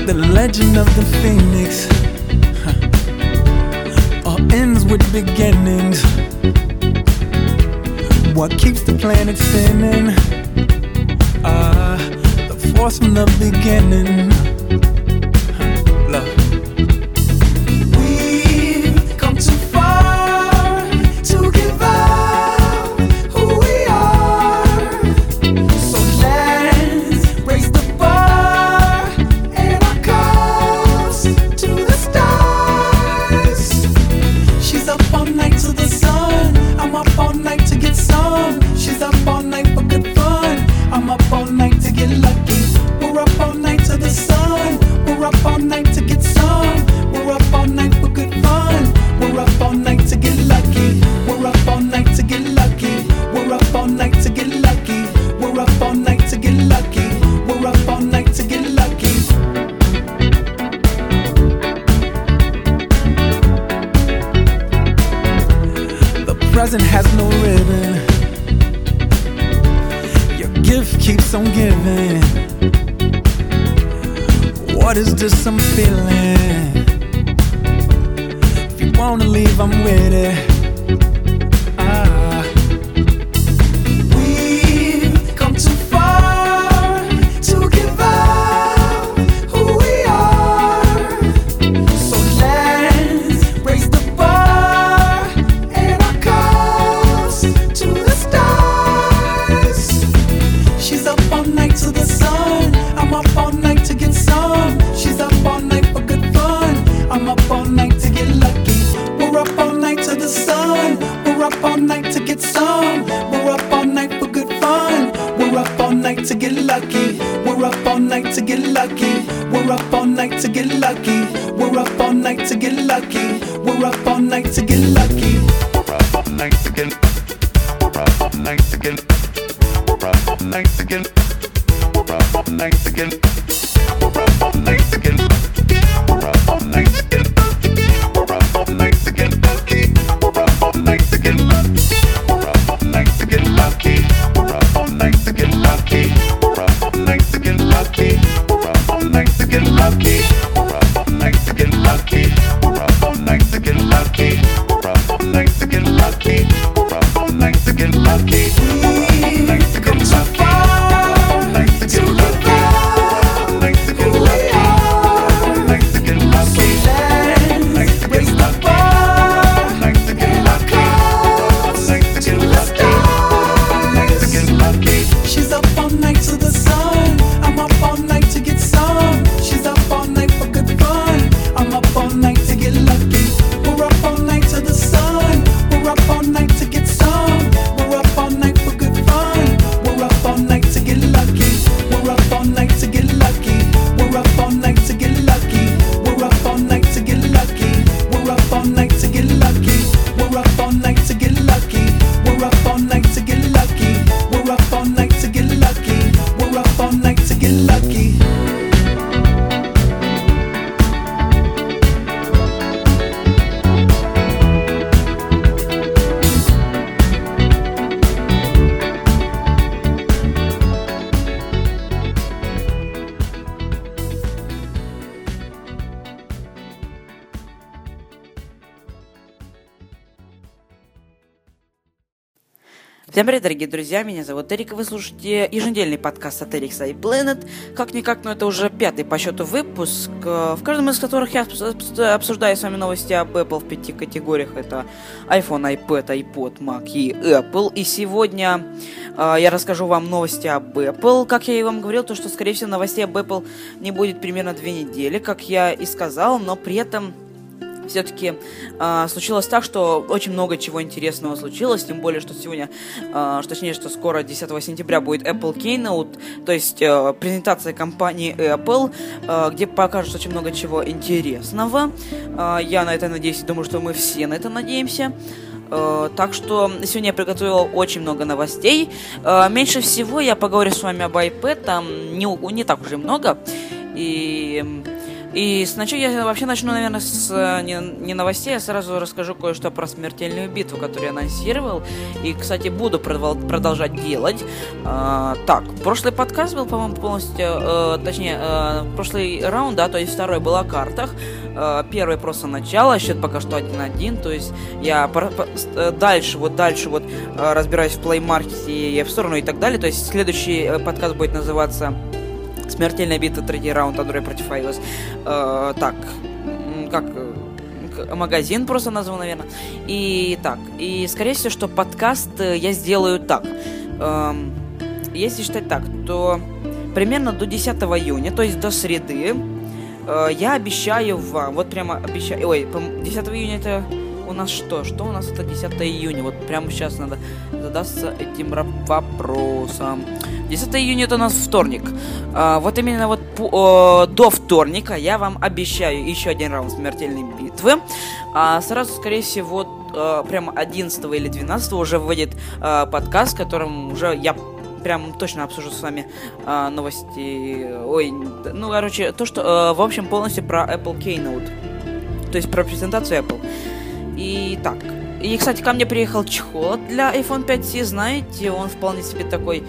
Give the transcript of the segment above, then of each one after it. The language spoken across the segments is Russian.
The legend of the phoenix all ends with beginnings. What keeps the planet spinning? The force from the beginning. Love. We've come too far to give up who we are. So let's raise the bar and our cups to the stars. She's up all night to the sun. I'm up all night to get some. She's up all night for good fun. I'm up all night to get lucky. We're up all night to the sun. We're up all night to get some. We're up all night for good fun. We're up all night to get lucky. We're up all night to get lucky. We're up all night to get lucky. We're up all night to get lucky. We're up all night to get lucky. The present has no ribbon. Your gift keeps on giving. What is this I'm feeling? If you wanna leave, I'm with it. We've come too far to give up who we are. So let's raise the bar and our cups to the stars. She's up all night to the sun. I'm up all night to get some. She's up all night for good fun. I'm up all night to get lucky. We're up all night to the sun. We're up all night to get some. We're up all night for good fun. We're up all night to get lucky. We're up all night to get lucky. We're up all night to get lucky. We're up all night to get lucky. We're up all night to get lucky. We're up all night to get. We're up all night to get. We're up all night to get. We're up all night to get. We're up all night to get. We're up all night to get. We're up all night to get lucky. We're up all night to get lucky. We're up all night to get lucky. We're up all night to get lucky. We're up all night to get lucky. We're up all night to get lucky. We're up all night to get lucky. We're up all night to get lucky. We're up all night to get lucky. We're up all night to get lucky. We've come too far to give up who we are. So let's raise the bar and our cups to the stars. She's up all night to the sun. I'm up all night to get some. She's up all night for good fun. I'm up all night to get lucky. We're up all night to the sun. We're up all night to get some. We're up all night for good fun. We're up all night to get lucky. We're up all night to get lucky. We're up all night to get lucky. We're up all night to get lucky. We're up all night to get lucky. We're up all night to get lucky. We're up all night to get lucky. We're up all night to get lucky. We're up all night to get lucky. Всем привет, дорогие друзья, меня зовут Эрик, и вы слушаете еженедельный подкаст от Eric's iPlanet. Как-никак, но это уже 5-й по счету выпуск, в каждом из которых я обсуждаю с вами новости об Apple в 5 категориях. Это iPhone, iPad, iPod, Mac и Apple. И сегодня я расскажу вам новости об Apple. Как я и вам говорил, то что, скорее всего, новостей об Apple не будет примерно 2 недели, как я и сказал, но при этом все-таки случилось так, что очень много чего интересного случилось, тем более, что сегодня, что скоро, 10 сентября, будет Apple Keynote, то есть презентация компании Apple, где покажут очень много чего интересного. Я на это надеюсь и думаю, что мы все на это надеемся. Так что сегодня я приготовил очень много новостей. Меньше всего я поговорю с вами об iPad, там не так уже много. И И сначала я вообще начну, наверное, с не новостей, я сразу расскажу кое-что про смертельную битву, которую я анонсировал. И, кстати, буду продолжать делать. Так, прошлый подкаст был, по-моему, полностью, прошлый раунд, да, то есть второй был о картах. Первый просто начало, счет пока что 1-1, то есть я дальше разбираюсь в плеймаркете и в сторону и так далее. То есть следующий подкаст будет называться «Смертельная битва, третий раунд, Android против iOS». Магазин просто назвал, наверное. И скорее всего, что подкаст я сделаю так. Если считать так, то примерно до 10 июня, то есть до среды, я обещаю вам, 10 июня это у нас что? Что у нас это 10 июня? Вот прямо сейчас надо задаться этим вопросом. 10 июня это у нас вторник. Вот именно до вторника я вам обещаю еще один раунд смертельной битвы. Сразу, скорее всего, прямо 11 или 12 уже выйдет подкаст, в котором уже я прям точно обсужу с вами новости. То, что, в общем, полностью про Apple Keynote. То есть про презентацию Apple. И, кстати, ко мне приехал чехол для iPhone 5c, знаете, он вполне себе такой,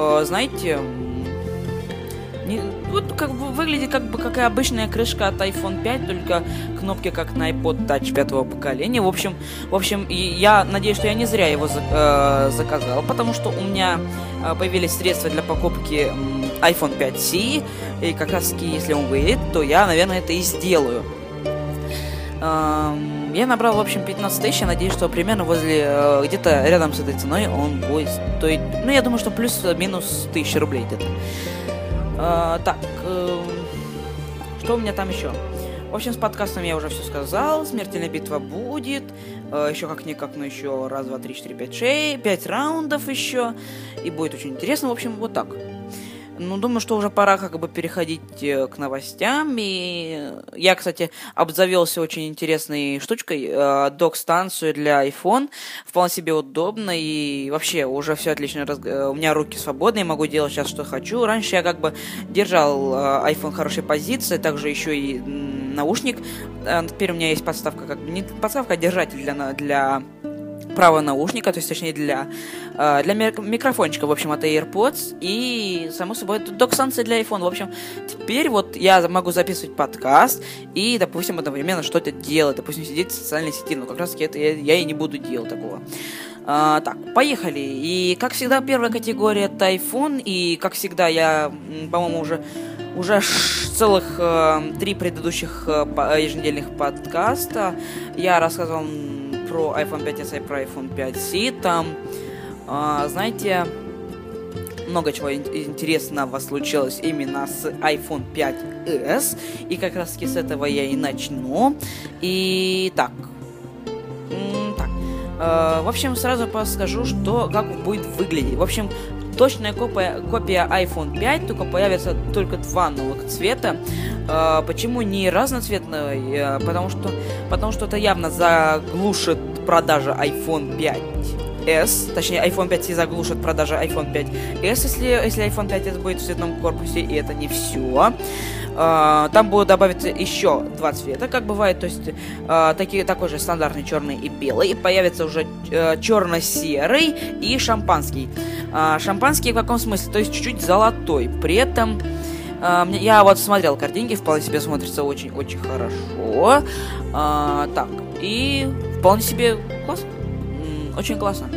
выглядит как и обычная крышка от iPhone 5, только кнопки как на iPod Touch 5-го поколения. В общем, я надеюсь, что я не зря его заказал, потому что у меня появились средства для покупки iPhone 5c, и как раз таки, если он выйдет, то я, наверное, это и сделаю. Я набрал, в общем, 15 тысяч, я надеюсь, что примерно где-то рядом с этой ценой он будет стоить, я думаю, что плюс-минус 1000 рублей где-то. Что у меня там еще? В общем, с подкастом я уже все сказал, смертельная битва будет, еще как-никак, еще раз, два, три, четыре, 5 раундов еще, и будет очень интересно, в общем, вот так. Думаю, что уже пора переходить к новостям. И я, кстати, обзавелся очень интересной штучкой, док-станцию для iPhone. Вполне себе удобно и вообще уже все отлично. У меня руки свободные, могу делать сейчас, что хочу. Раньше я держал iPhone в хорошей позиции, также еще и наушник. Теперь у меня есть подставка, не подставка, а держатель для правого наушника, то есть, точнее, для микрофончика, в общем, это AirPods, и, само собой, это док-станция для iPhone. В общем, теперь я могу записывать подкаст и, допустим, одновременно что-то делать, допустим, сидеть в социальной сети, но как раз-таки это я и не буду делать такого. Поехали. И, как всегда, первая категория — это iPhone, и, как всегда, я, по-моему, уже целых 3 предыдущих еженедельных подкаста я рассказывал про iPhone 5s и про iPhone 5c. Там, знаете, много чего интересного случилось именно с iPhone 5s. И как раз таки с этого я и начну. И в общем, сразу скажу, как будет выглядеть. В общем, точная копия iPhone 5, только появится только 2 новых цвета. Почему не разноцветные? Потому что это явно заглушит продажи iPhone 5s. Точнее, iPhone 5c заглушит продажи iPhone 5s, если iPhone 5s будет в цветном корпусе, и это не все. Там будут добавиться еще 2 цвета, как бывает, то есть такой же стандартный черный и белый. И появится уже черно-серый и шампанский. Шампанский в каком смысле? То есть чуть-чуть золотой. При этом я смотрел картинки, вполне себе смотрится очень-очень хорошо. И вполне себе классно. Очень классно.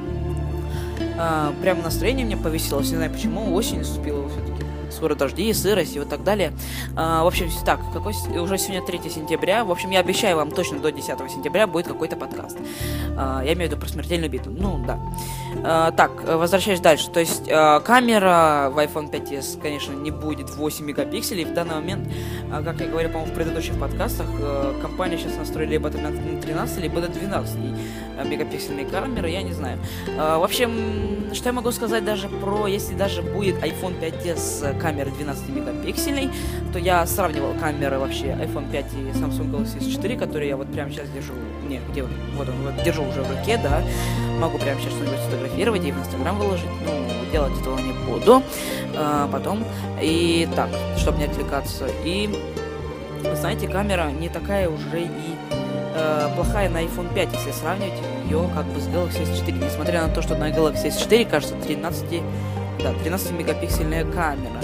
Прям настроение мне повесилось, не знаю почему, осень наступила все-таки. Скоро дожди, сырость и вот так далее. В общем, уже сегодня 3 сентября. В общем, я обещаю вам точно до 10 сентября будет какой-то подкаст. Я имею в виду про смертельную битву. Да. Возвращаясь дальше. То есть, камера в iPhone 5s, конечно, не будет 8 мегапикселей. В данный момент, как я говорил, по-моему, в предыдущих подкастах, компания сейчас настроили либо на 13, либо на 12 мегапиксельные камеры, я не знаю. В общем, что я могу сказать даже если даже будет iPhone 5s камеры 12 мегапиксельной, то я сравнивал камеры вообще iPhone 5 и Samsung Galaxy S4, которые я прямо сейчас держу. Держу уже в руке, да. Могу прямо сейчас что-нибудь сфотографировать и в Instagram выложить. Делать этого не буду. Потом. И чтобы не отвлекаться. И вы знаете, камера не такая уже и плохая на iPhone 5, если сравнивать ее как бы с Galaxy S4. Несмотря на то, что на Galaxy S4, кажется, 13-мегапиксельная камера.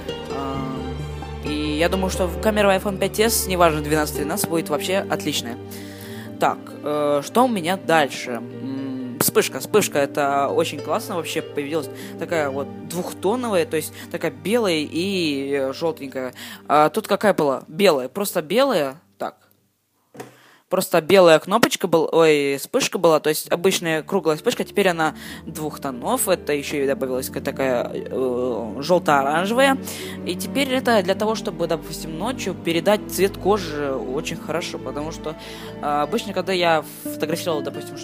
И я думаю, что камера в iPhone 5s, неважно 12-13, будет вообще отличная. Так, что у меня дальше? Вспышка, это очень классно вообще, появилась такая вот двухтоновая, то есть такая белая и желтенькая. Тут какая была? Белая, просто белая, так. Просто белая кнопочка была, вспышка была, то есть обычная круглая вспышка, теперь она двух тонов, это еще и добавилась такая желто-оранжевая, и теперь это для того, чтобы, допустим, ночью передать цвет кожи очень хорошо, потому что обычно, когда я фотографировал, допустим,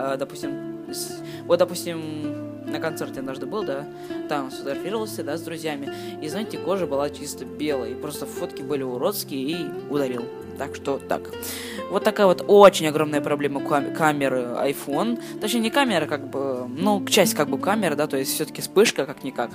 на концерте однажды был, да, там сфотографировался, да, с друзьями, и, знаете, кожа была чисто белая, и просто фотки были уродские, и ударил. Так что так. Вот такая вот очень огромная проблема камеры iPhone. Точнее, не камера, как бы, ну, часть как бы камеры, да, то есть все-таки вспышка, как-никак.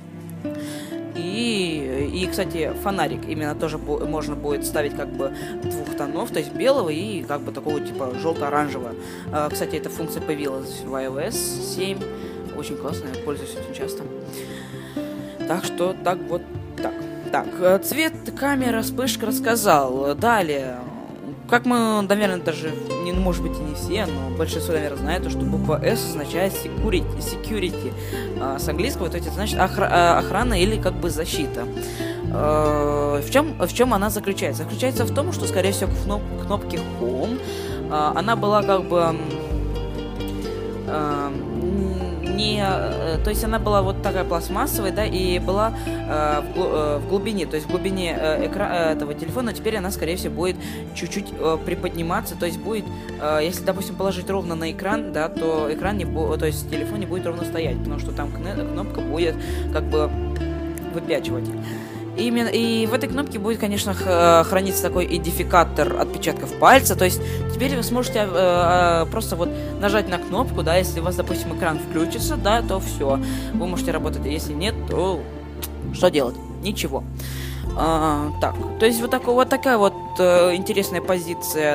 И, кстати, фонарик именно тоже можно будет ставить как бы двух тонов, то есть белого и как бы такого типа желто-оранжевого. Кстати, эта функция появилась в iOS 7. Очень классно, я пользуюсь очень часто. Так что так вот так. Так, цвет, камера, вспышка рассказал. Далее, как мы, наверное, даже, может быть и не все, но большинство, наверное, знает, что буква S означает security. С английского, то есть это значит охрана или как бы защита. В чем она заключается? Заключается в том, что, скорее всего, в кнопке Home она была как бы... то есть она была вот такая пластмассовая, да, и была в глубине, то есть в глубине этого телефона. Теперь она, скорее всего, будет чуть-чуть приподниматься, то есть будет, если, допустим, положить ровно на экран, да, то то есть телефон не будет ровно стоять, потому что там кнопка будет как бы выпячивать. И в этой кнопке будет, конечно, храниться такой идентификатор отпечатков пальца. То есть теперь вы сможете просто вот нажать на кнопку, да, если у вас, допустим, экран включится, да, то все, вы можете работать. А если нет, то что делать? Ничего. Так, то есть вот такая вот интересная позиция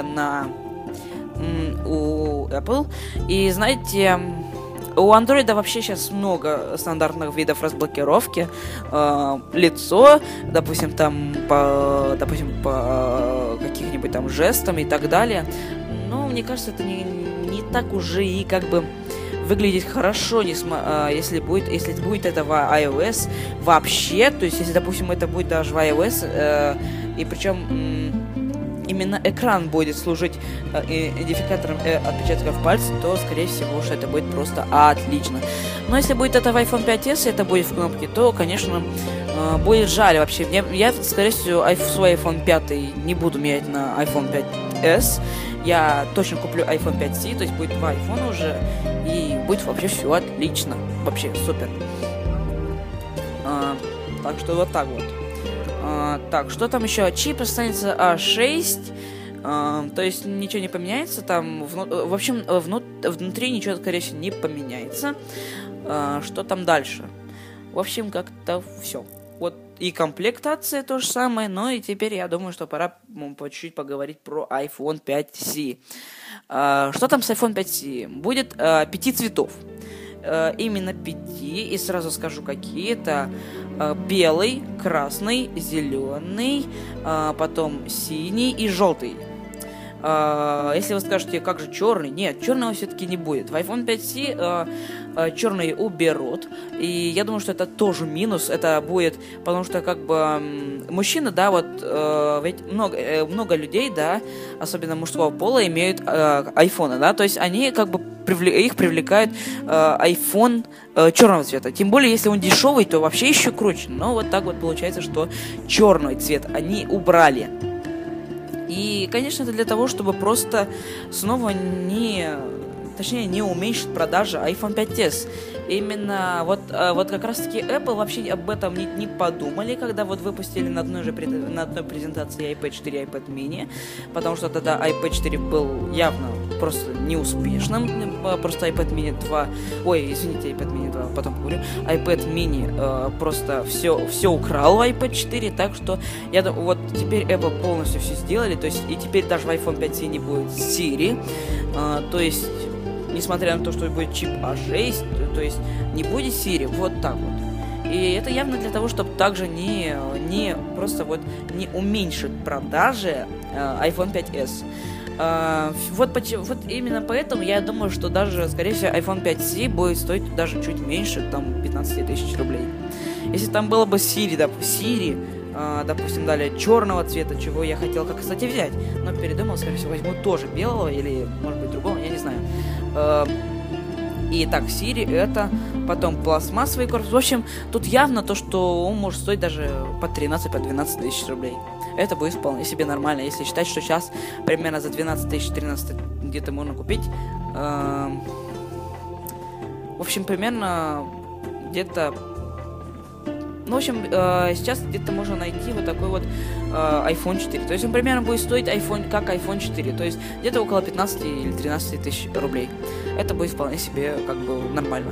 у Apple. И знаете... У Android вообще сейчас много стандартных видов разблокировки. Лицо, допустим, по каких-нибудь там жестам и так далее. Но мне кажется, это не так уже и как бы выглядит хорошо, если будет это в iOS вообще. То есть, если, допустим, это будет даже в iOS, и причем... именно экран будет служить идентификатором отпечатков пальцев, то, скорее всего, что это будет просто отлично. Но если будет это в iPhone 5s, это будет в кнопке, то, конечно, будет жаль вообще. Я, скорее всего, свой iPhone 5 не буду менять на iPhone 5s. Я точно куплю iPhone 5c, то есть будет два iPhone уже, и будет вообще все отлично. Вообще супер. Так что вот так вот. Так, что там еще? Чип останется A6, то есть ничего не поменяется, там, в общем, внутри ничего, скорее всего, не поменяется. Что там дальше? В общем, как-то все. Вот и комплектация то же самое, но и теперь я думаю, что пора по чуть-чуть поговорить про iPhone 5c. Что там с iPhone 5c? Будет 5 цветов. Именно 5, и сразу скажу, какие это: белый, красный, зеленый, потом синий и желтый. Если вы скажете, как же черный? Нет, черного все-таки не будет. В iPhone 5c черный уберут. И я думаю, что это тоже минус. Это будет, потому что как бы мужчины, да, вот ведь много людей, да, особенно мужского пола, имеют айфоны, да, то есть они как бы их привлекает iPhone черного цвета. Тем более, если он дешевый, то вообще еще круче. Но вот так вот получается, что черный цвет они убрали. И, конечно, это для того, чтобы просто снова не уменьшить продажи iPhone 5s. именно вот как раз-таки Apple вообще об этом не подумали, когда вот выпустили на одной презентации iPad 4 и iPad mini, потому что тогда iPad 4 был явно просто неуспешным, просто iPad mini 2, iPad mini 2, потом говорю, iPad mini просто все украл у iPad 4, так что я думаю, вот теперь Apple полностью все сделали, то есть и теперь даже в iPhone 5C не будет Siri, то есть несмотря на то, что будет чип A6, то есть не будет Siri, вот так вот. И это явно для того, чтобы также не уменьшить продажи iPhone 5s. Вот именно поэтому я думаю, что даже, скорее всего, iPhone 5C будет стоить даже чуть меньше, там, 15 тысяч рублей. Если там было бы Siri, допустим, далее черного цвета, чего я хотел, кстати, взять, но передумал, скорее всего, возьму тоже белого или, может быть, другого, я не знаю. И так, Siri это, потом пластмассовый корпус. В общем, тут явно то, что он может стоить даже по 13-12 тысяч рублей. Это будет вполне себе нормально, если считать, что сейчас примерно за 12 тысяч, 13 где-то можно купить. В общем, примерно где-то... сейчас где-то можно найти вот такой вот iPhone 4. То есть он примерно будет стоить как iPhone 4. То есть где-то около 15 или 13 тысяч рублей. Это будет вполне себе как бы нормально.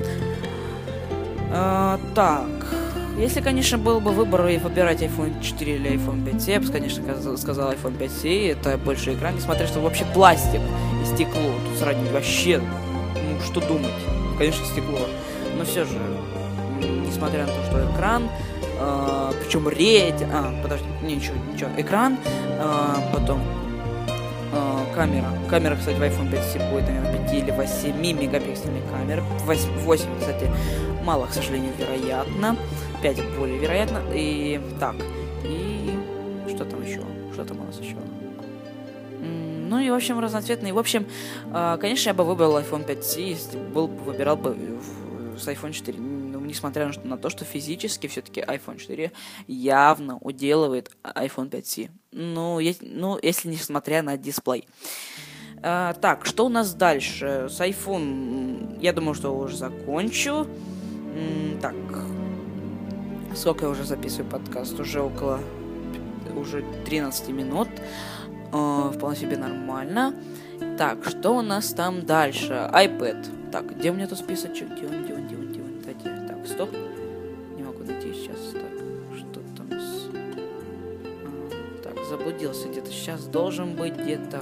Так. Если, конечно, был бы выбор и выбирать iPhone 4 или iPhone 5C, я бы, конечно, сказал iPhone 5C. Это больше экран, несмотря что вообще пластик и стекло. Тут сравнить вообще, что думать. Конечно, стекло. Но все же... Несмотря на то, что экран, причем экран, потом камера, кстати, в iPhone 5C будет, наверное, 5 или 8 мегапиксельной камеры, 8, кстати, мало, к сожалению, вероятно, 5 более вероятно, и так, и что там у нас еще? Ну и, в общем, разноцветный, в общем, конечно, я бы выбрал iPhone 5C, если выбирал бы с iPhone 4, несмотря на то, что физически все-таки iPhone 4 явно уделывает iPhone 5C. Если несмотря на дисплей. Так, что у нас дальше? С iPhone, я думаю, что уже закончу. Так, сколько я уже записываю подкаст? Уже 13 минут. Вполне себе нормально. Так, что у нас там дальше? iPad. Так, где у меня тут списочек? Где он? Так, стоп. Не могу найти сейчас. Так, что там у нас? Так, заблудился где-то. Сейчас должен быть где-то.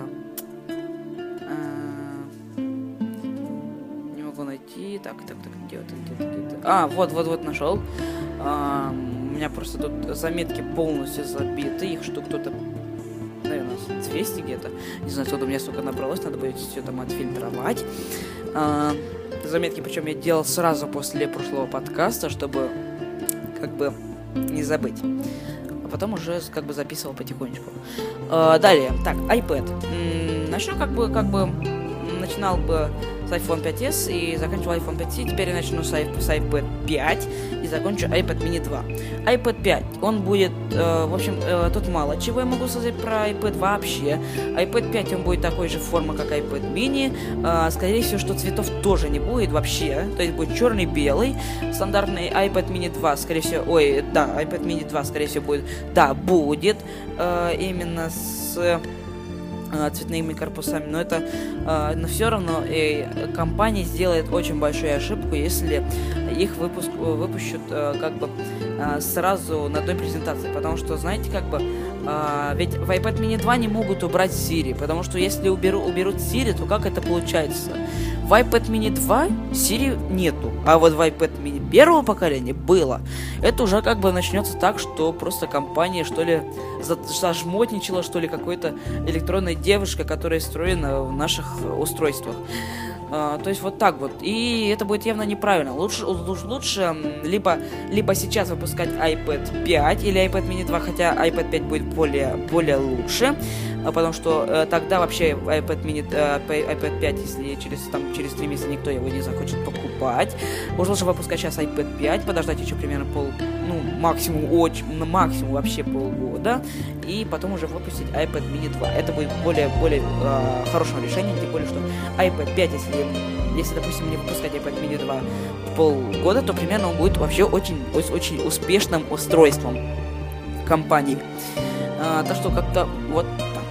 Не могу найти. Так, где-то. Вот, нашел. У меня просто тут заметки полностью забиты. Их штук кто-то, наверное, 200 где-то. Не знаю, откуда у меня столько набралось. Надо будет все там отфильтровать. Заметки, причем я делал сразу после прошлого подкаста, чтобы как бы не забыть. А потом уже как бы записывал потихонечку. Далее, так, iPad. Начну как бы начинал бы с iPhone 5s и заканчивал iPhone 5c. Теперь я начну с iPad 5 и закончу iPad mini 2. iPad 5, он будет, тут мало чего я могу сказать про iPad вообще. iPad 5, он будет такой же формы, как iPad mini. Скорее всего, что цветов тоже не будет вообще. То есть будет черный, белый. Стандартный iPad mini 2, скорее всего, iPad mini 2, скорее всего, будет именно с цветными корпусами, но все равно компания сделает очень большую ошибку, если их выпущут сразу на одной презентации, потому что, знаете, ведь в iPad mini 2 не могут убрать Siri, потому что если уберут Siri, то как это получается? В iPad mini 2 Siri нету, а вот в iPad mini первого поколения было. Это уже начнется так, что просто компания, что ли, зажмотничала, что ли, какой-то электронной девушкой, которая встроена в наших устройствах. То есть вот так вот. И это будет явно неправильно. Лучше либо сейчас выпускать iPad 5 или iPad mini 2, хотя iPad 5 будет более лучше. потому что тогда вообще iPad mini, iPad 5, если через 3 месяца никто его не захочет покупать. Уж лучше выпускать сейчас iPad 5, подождать еще примерно максимум вообще полгода, и потом уже выпустить iPad mini 2. Это будет более хорошее решение, тем более, что iPad 5, если, допустим, не выпускать iPad mini 2 полгода, то примерно он будет вообще очень успешным устройством компании. Так что как-то вот так.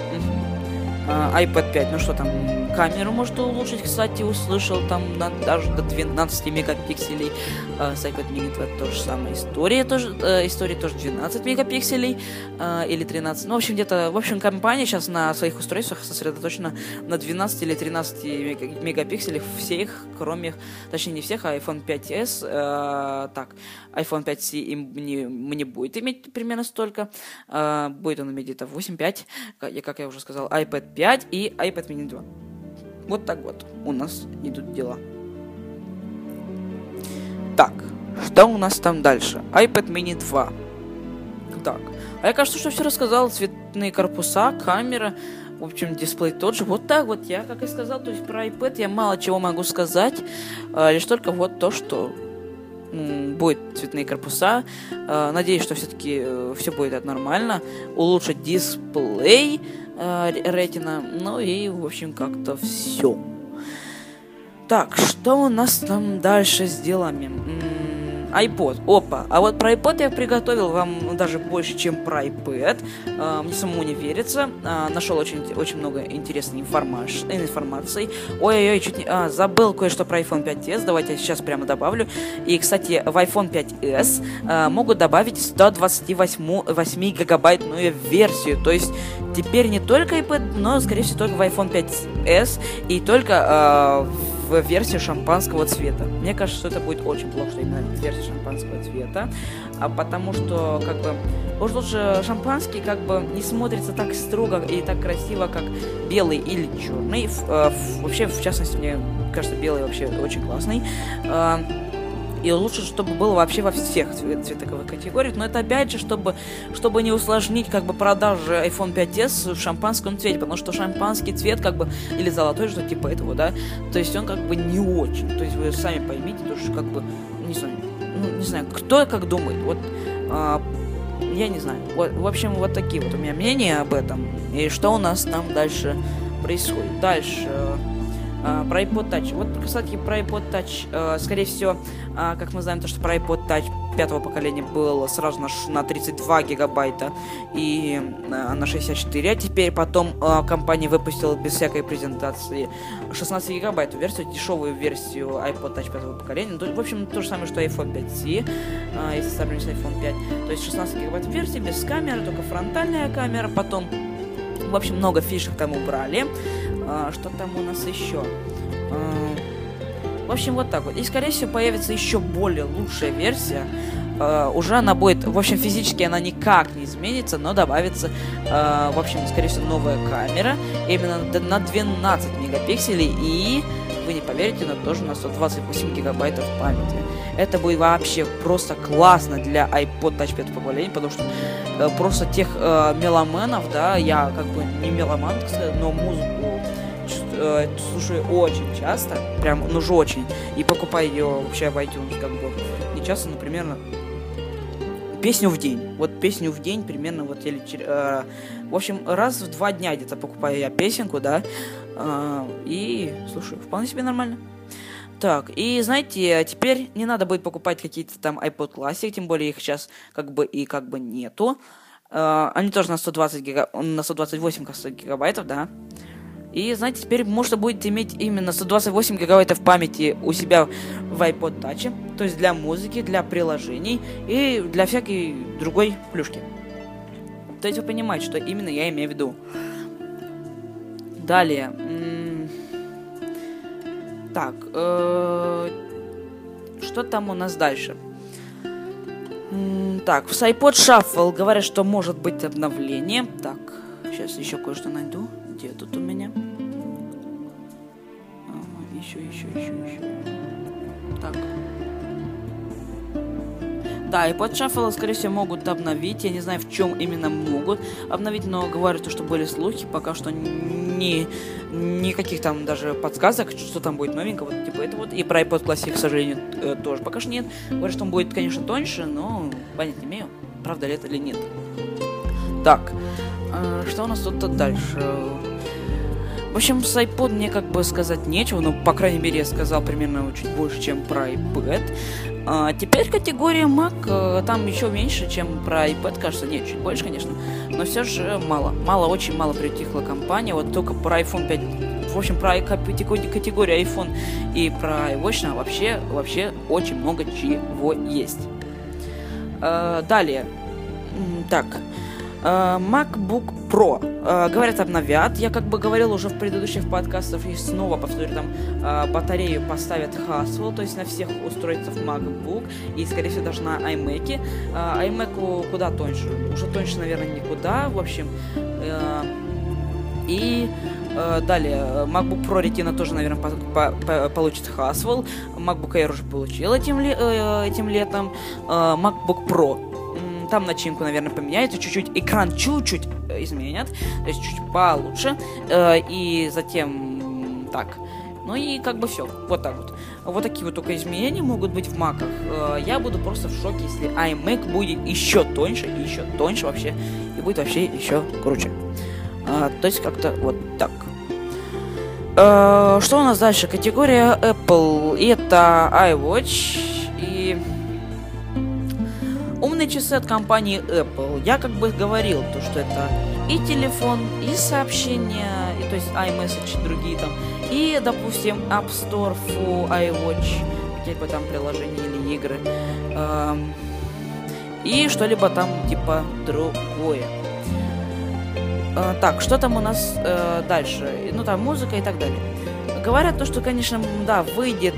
iPad 5, ну что там, камеру может улучшить, кстати, услышал, там даже до 12 мегапикселей. С iPad mini 2 тоже самая история, тоже 12 мегапикселей или 13. Ну, в общем, компания сейчас на своих устройствах сосредоточена на 12 или 13 мегапикселях всех, кроме, точнее не всех, а iPhone 5s, iPhone 5c не будет иметь примерно столько, будет он иметь где-то 8.5, как я уже сказал, iPad 5 и iPad mini 2. Вот так вот у нас идут дела. Так, что у нас там дальше? iPad mini 2. Так, я, кажется, что все рассказал. Цветные корпуса, камера, в общем, дисплей тот же. Вот так вот, я как и сказал, то есть про iPad я мало чего могу сказать. Лишь только вот то, что будет цветные корпуса. Надеюсь, что все-таки все будет нормально. Улучшить дисплей Retina. Ну и, в общем, как-то все. Так, что у нас там дальше с делами? iPod. Опа. А вот про iPod я приготовил вам даже больше, чем про iPad. Мне самому не верится. Нашел очень много интересной информации. Ой-ой-ой, чуть не... забыл кое-что про iPhone 5s. Давайте я сейчас прямо добавлю. И, кстати, в iPhone 5s могут добавить 128 гигабайтную версию. То есть теперь не только iPad, но, скорее всего, только в iPhone 5s и только в версию шампанского цвета. Мне кажется, что это будет очень плохо, что именно версия шампанского цвета, потому что, как бы, уж лучше шампанский, как бы, не смотрится так строго и так красиво, как белый или черный. Вообще, в частности, мне кажется, белый вообще очень классный. И лучше, чтобы было вообще во всех цветовых категориях. Но это опять же, чтобы не усложнить как бы продажи iPhone 5s в шампанском цвете. Потому что шампанский цвет, как бы, или золотой, что типа этого, да, то есть он как бы не очень. То есть вы сами поймите, то что как бы, не знаю, кто как думает. Вот, я не знаю. Вот, в общем, вот такие вот у меня мнения об этом. И что у нас там дальше происходит. Дальше... про iPod Touch. Вот, кстати, про iPod Touch, скорее всего, как мы знаем, то, что про iPod Touch 5-го поколения было сразу на 32 гигабайта и на 64, а теперь потом компания выпустила без всякой презентации 16 гигабайт версию, дешевую версию iPod Touch 5-го поколения. В общем, то же самое, что iPhone 5c, если сравнить с iPhone 5. То есть 16 гигабайт версии, без камеры, только фронтальная камера, потом, в общем, много фишек там убрали. Что там у нас еще? В общем, вот так вот. И, скорее всего, появится еще более лучшая версия. Уже она будет... В общем, физически она никак не изменится, но добавится, в общем, скорее всего, новая камера. Именно на 12 мегапикселей. И, вы не поверите, но тоже на 128 гигабайтов памяти. Это будет вообще просто классно для iPod Touch 5 поколения, потому что просто тех меломанов, да, я как бы не меломан, кстати, но музыку слушаю очень часто, прям, ну же очень, и покупаю ее вообще в iTunes, как бы, не часто, но примерно песню в день, вот песню в день примерно, вот, или, в общем, раз в 2 дня где-то покупаю я песенку, да, и слушаю, вполне себе нормально. Так, и знаете, теперь не надо будет покупать какие-то там iPod Classic, тем более их сейчас как бы нету. Они тоже на 128 гигабайтов, да. И, знаете, теперь можно будет иметь именно 128 гигабайтов памяти у себя в iPod Touch, то есть для музыки, для приложений и для всякой другой плюшки. То есть вы понимаете, что именно я имею в виду. Далее. Так, что там у нас дальше? Так, с iPod Shuffle говорят, что может быть обновление. Так, сейчас еще кое-что найду. Где тут у меня? Еще. Так. Да, и под Shuffle, скорее всего, могут обновить. Я не знаю, в чем именно могут обновить, но говорят, что были слухи, пока что никаких там даже подсказок, что там будет новенького, вот, типа это вот. И про iPod Classic, к сожалению, тоже пока что нет. Говорят, что он будет, конечно, тоньше, но понять не имею, правда ли это или нет. Так, что у нас тут дальше? В общем, с iPod мне как бы сказать нечего, но, по крайней мере, я сказал примерно чуть больше, чем про iPad. Теперь категория Mac, там еще меньше, чем про iPad, кажется, нет, чуть больше, конечно, но все же мало, очень мало притихла компания, вот только про iPhone 5, в общем, про категорию iPhone и про iWatch вообще очень много чего есть. Далее, так, MacBook Pro. Говорят, обновят. Я как бы говорил уже в предыдущих подкастах и снова повторю, там батарею поставят Haswell, то есть на всех устройствах MacBook и, скорее всего, даже на iMac. iMac куда тоньше? Уже тоньше, наверное, никуда. В общем, и далее, MacBook Pro Retina тоже, наверное, получит Haswell. MacBook Air уже получил этим летом. MacBook Pro. Там начинку, наверное, поменяется, чуть-чуть, экран чуть-чуть изменят, то есть чуть получше, и затем так. Ну и как бы все, вот так вот. Вот такие вот только изменения могут быть в маках. Я буду просто в шоке, если iMac будет еще тоньше вообще, и будет вообще еще круче. То есть как-то вот так. Что у нас дальше? Категория Apple, и это iWatch и умные часы от компании Apple. Я как бы говорил, то, что это и телефон, и сообщения, и, то есть iMessage и другие там, и, допустим, App Store for iWatch, какие-либо там приложения или игры, и что-либо там типа другое. Так, что там у нас дальше? Ну, там музыка и так далее. Говорят то, что, конечно, да, выйдет,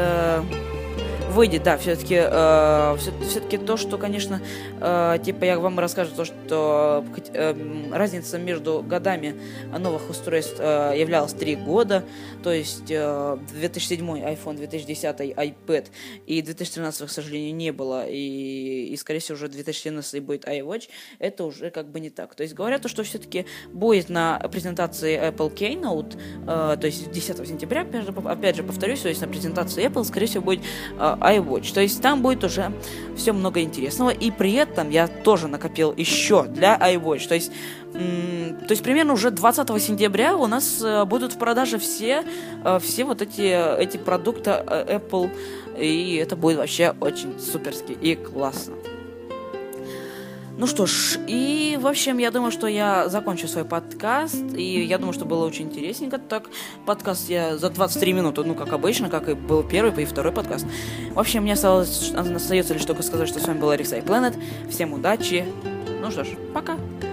да, все-таки то, что, конечно, типа я вам расскажу то, что разница между годами новых устройств являлась 3 года, то есть 2007 iPhone, 2010 iPad и 2013, к сожалению, не было, и скорее всего, уже 2017 будет iWatch, это уже как бы не так. То есть говорят, что все-таки будет на презентации Apple Keynote, то есть 10 сентября, опять же, повторюсь, то есть на презентации Apple, скорее всего, будет iWatch. То есть там будет уже все много интересного. И при этом я тоже накопил еще для iWatch. То есть примерно уже 20 сентября у нас будут в продаже все вот эти продукты Apple. И это будет вообще очень суперски и классно. Ну что ж, и в общем, я думаю, что я закончу свой подкаст, и я думаю, что было очень интересненько. Так, подкаст я за 23 минуты, ну, как обычно, как и был первый и второй подкаст. В общем, мне остается лишь только сказать, что с вами был Алексей Planet. Всем удачи. Ну что ж, пока.